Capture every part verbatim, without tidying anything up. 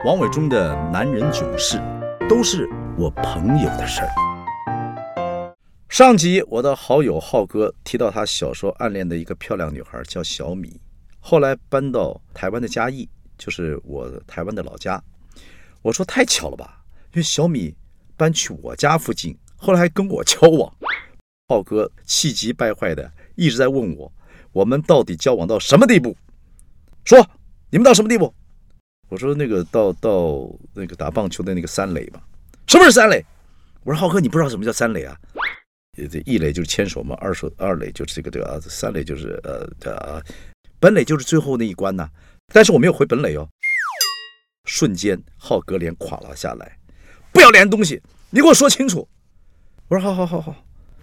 王伟忠的男人囧事，都是我朋友的事儿。上集我的好友浩哥提到他小时候暗恋的一个漂亮女孩叫小米，后来搬到台湾的嘉义，就是我台湾的老家。我说太巧了吧，因为小米搬去我家附近，后来还跟我交往。浩哥气急败坏的一直在问我，我们到底交往到什么地步？说你们到什么地步？我说那个到到那个打棒球的那个三垒吧。什么是三垒？我说浩哥，你不知道什么叫三垒啊？这一垒就是牵手嘛，二手二垒就是这个这个，三垒就是呃呃，本垒就是最后那一关呐、啊。但是我没有回本垒哦。瞬间浩哥脸垮了下来，不要脸的东西，你给我说清楚。我说好好好好。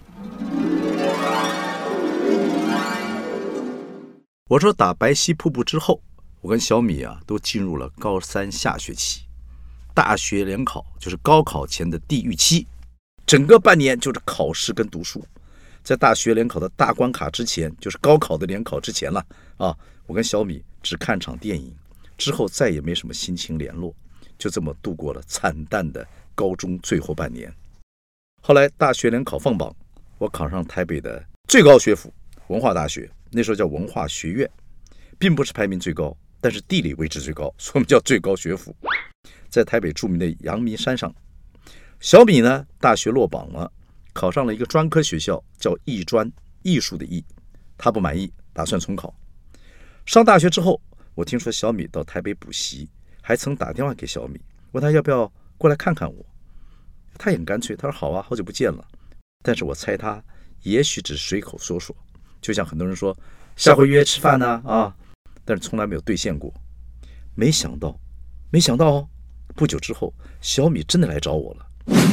我说打白溪瀑布之后，我跟小米啊都进入了高三下学期，大学联考就是高考前的地狱期，整个半年就是考试跟读书。在大学联考的大关卡之前，就是高考的联考之前了啊！我跟小米只看场电影，之后再也没什么心情联络，就这么度过了惨淡的高中最后半年。后来大学联考放榜，我考上台北的最高学府文化大学，那时候叫文化学院，并不是排名最高，但是地理位置最高，所以我们叫最高学府，在台北著名的阳明山上。小米呢，大学落榜了，考上了一个专科学校，叫艺专，艺术的艺。他不满意，打算重考。上大学之后，我听说小米到台北补习，还曾打电话给小米，问他要不要过来看看我。他也很干脆，他说好啊，好久不见了。但是我猜他也许只是随口说说，就像很多人说下回约吃饭呢 啊, 啊，但是从来没有兑现过。没想到，没想到哦，不久之后，小米真的来找我了。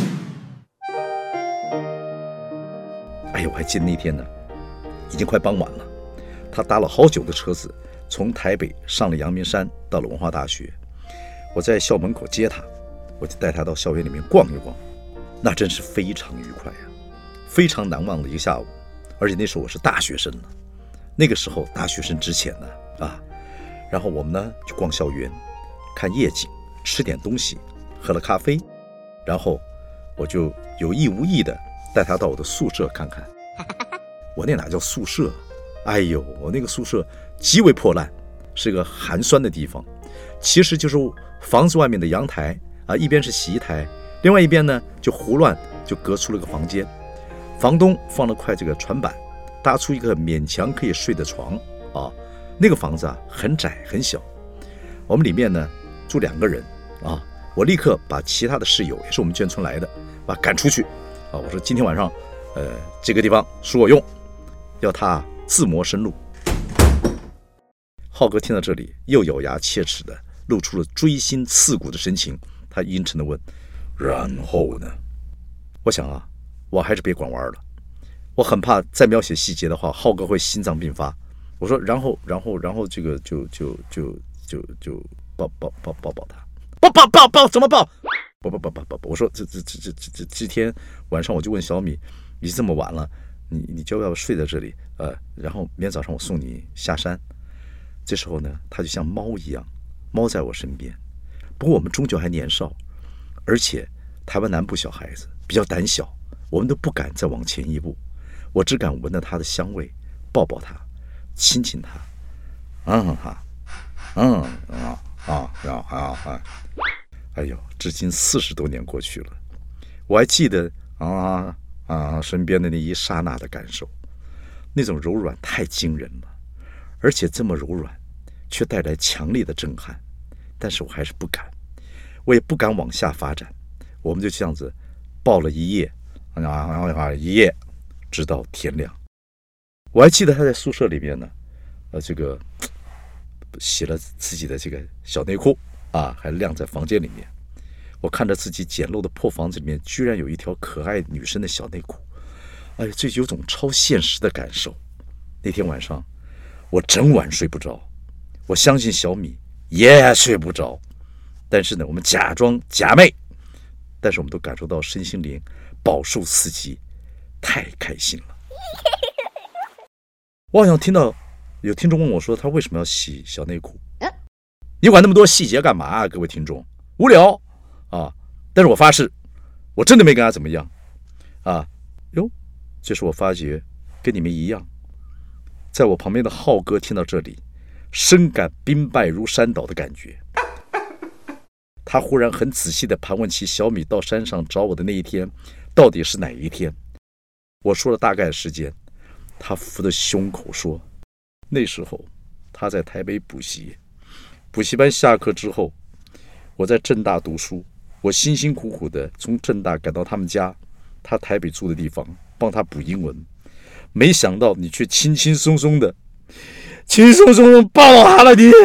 哎呀，我还记得那天呢，已经快傍晚了。他搭了好久的车子，从台北上了阳明山，到了文化大学。我在校门口接他，我就带他到校园里面逛一逛，那真是非常愉快呀、啊，非常难忘的一个下午。而且那时候我是大学生了，那个时候大学生之前呢啊，然后我们呢去逛校园，看夜景，吃点东西，喝了咖啡，然后我就有意无意的带他到我的宿舍看看。我那哪叫宿舍？哎呦，我那个宿舍极为破烂，是个寒酸的地方。其实就是房子外面的阳台啊，一边是洗衣台，另外一边呢就胡乱就隔出了个房间。房东放了块这个船板，搭出一个勉强可以睡的床啊。那个房子啊很窄很小，我们里面呢住两个人啊。我立刻把其他的室友，也是我们眷村来的，把他赶出去啊。我说今天晚上，呃，这个地方属我用，要他自谋生路。浩哥听到这里，又咬牙切齿的露出了锥心刺骨的神情，他阴沉的问：“然后呢？”我想啊，我还是别管玩了，我很怕再描写细节的话，浩哥会心脏病发。我说：“然后，然后，然后这个就就就就就抱抱抱抱抱他。”抱抱抱抱怎么抱？不不不不不！我说这这这这这这天晚上我就问小米，你这么晚了，你你就要睡在这里，呃，然后明天早上我送你下山。这时候呢，他就像猫一样，猫在我身边。不过我们终究还年少，而且台湾南部小孩子比较胆小，我们都不敢再往前一步。我只敢闻到他的香味，抱抱他，亲亲他，嗯哈，嗯啊。啊啊啊啊！哎呦，至今四十多年过去了，我还记得啊啊身边的那一刹那的感受，那种柔软太惊人了，而且这么柔软，却带来强烈的震撼。但是我还是不敢，我也不敢往下发展。我们就这样子抱了一夜，啊啊一夜，直到天亮。我还记得他在宿舍里面呢，呃，这个。洗了自己的这个小内裤啊，还晾在房间里面。我看着自己简陋的破房子里面，居然有一条可爱女生的小内裤，哎，这有种超现实的感受。那天晚上，我整晚睡不着，我相信小米也睡不着。但是呢，我们假装假寐，但是我们都感受到身心灵饱受刺激，太开心了。我好像听到。有听众问我说，他为什么要洗小内裤？你管那么多细节干嘛啊？各位听众无聊啊。但是我发誓，我真的没跟他怎么样啊。哟，这时我发觉跟你们一样，在我旁边的浩哥听到这里，深感兵败如山倒的感觉。他忽然很仔细地盘问起小米到山上找我的那一天到底是哪一天。我说了大概的时间，他扶着胸口说，那时候他在台北补习，补习班下课之后，我在政大读书，我辛辛苦苦的从政大赶到他们家，他台北住的地方，帮他补英文，没想到你却轻轻松松的轻松松的抱他了你。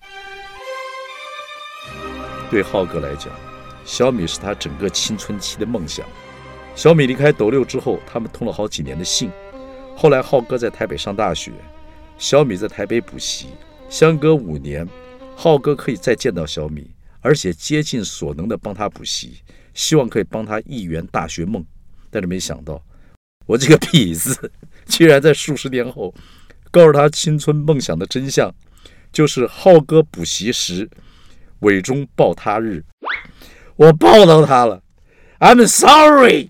对浩哥来讲，小米是他整个青春期的梦想。小米离开斗六之后，他们通了好几年的信。后来浩哥在台北上大学，小米在台北补习，相隔五年，浩哥可以再见到小米，而且竭尽所能的帮他补习，希望可以帮他一圆大学梦。但是没想到，我这个痞子居然在数十年后告诉他青春梦想的真相，就是浩哥补习时尾中抱他日，我抱到他了 ，I'm sorry。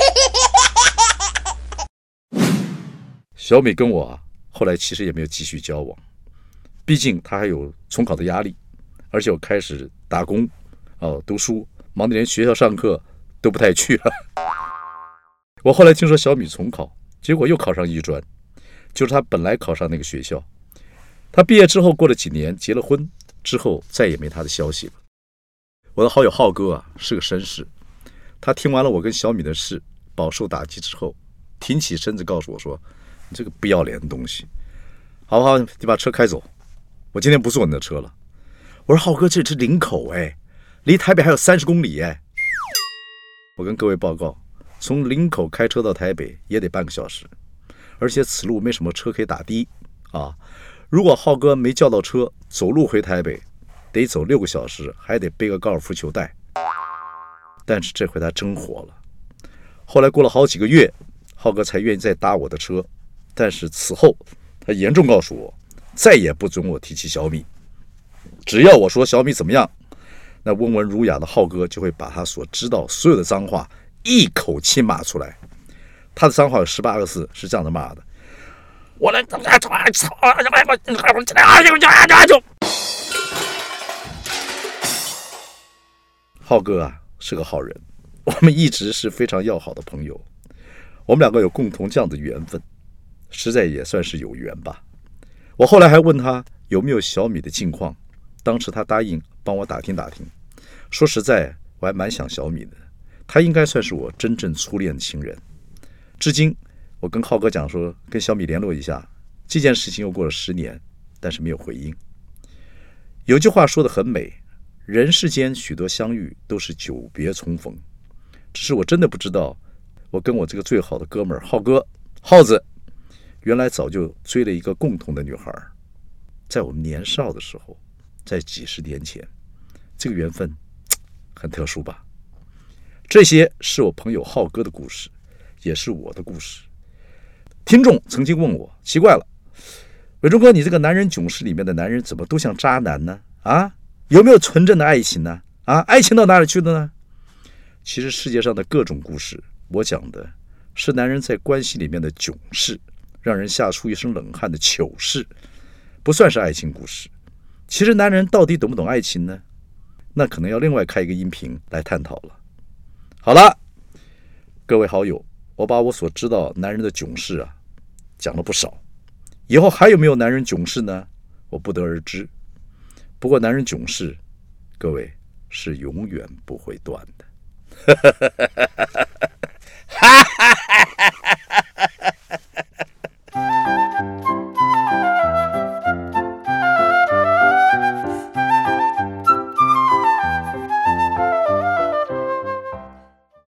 小米跟我啊，后来其实也没有继续交往，毕竟他还有重考的压力，而且我开始打工，哦，读书，忙得连学校上课都不太去了。我后来听说小米重考，结果又考上艺专，就是他本来考上那个学校。他毕业之后过了几年结了婚，之后再也没他的消息了。我的好友浩哥啊是个绅士，他听完了我跟小米的事，饱受打击之后，挺起身子告诉我说：“你这个不要脸的东西，好不好？你把车开走，我今天不坐你的车了。”我说：“浩哥，这是林口哎，离台北还有三十公里哎。”我跟各位报告，从林口开车到台北也得半个小时，而且此路没什么车可以打的啊。如果浩哥没叫到车，走路回台北得走六个小时，还得背个高尔夫球袋。但是这回他真火了。后来过了好几个月，浩哥才愿意再搭我的车，但是此后他严重告诉我，再也不准我提起小米。只要我说小米怎么样，那温文儒雅的浩哥就会把他所知道所有的脏话一口气骂出来。他的脏话有十八个字，是这样的骂的：我来，浩哥啊是个好人，我们一直是非常要好的朋友，我们两个有共同这样的缘分，实在也算是有缘吧。我后来还问他有没有小米的近况，当时他答应帮我打听打听。说实在，我还蛮想小米的，他应该算是我真正初恋的情人。至今我跟浩哥讲说跟小米联络一下，这件事情又过了十年，但是没有回应。有句话说得很美，人世间许多相遇都是久别重逢，只是我真的不知道，我跟我这个最好的哥们儿浩哥浩子，原来早就追了一个共同的女孩，在我们年少的时候，在几十年前，这个缘分很特殊吧。这些是我朋友浩哥的故事，也是我的故事。听众曾经问我，奇怪了，伟忠哥，你这个男人囧事里面的男人怎么都像渣男呢？啊，有没有纯正的爱情呢？啊，爱情到哪里去了呢？其实世界上的各种故事，我讲的是男人在关系里面的囧事，让人吓出一身冷汗的糗事，不算是爱情故事。其实男人到底懂不懂爱情呢？那可能要另外开一个音频来探讨了。好了，各位好友，我把我所知道男人的囧事啊讲了不少，以后还有没有男人囧事呢？我不得而知。不过男人囧事，各位是永远不会断的。哈哈哈哈哈！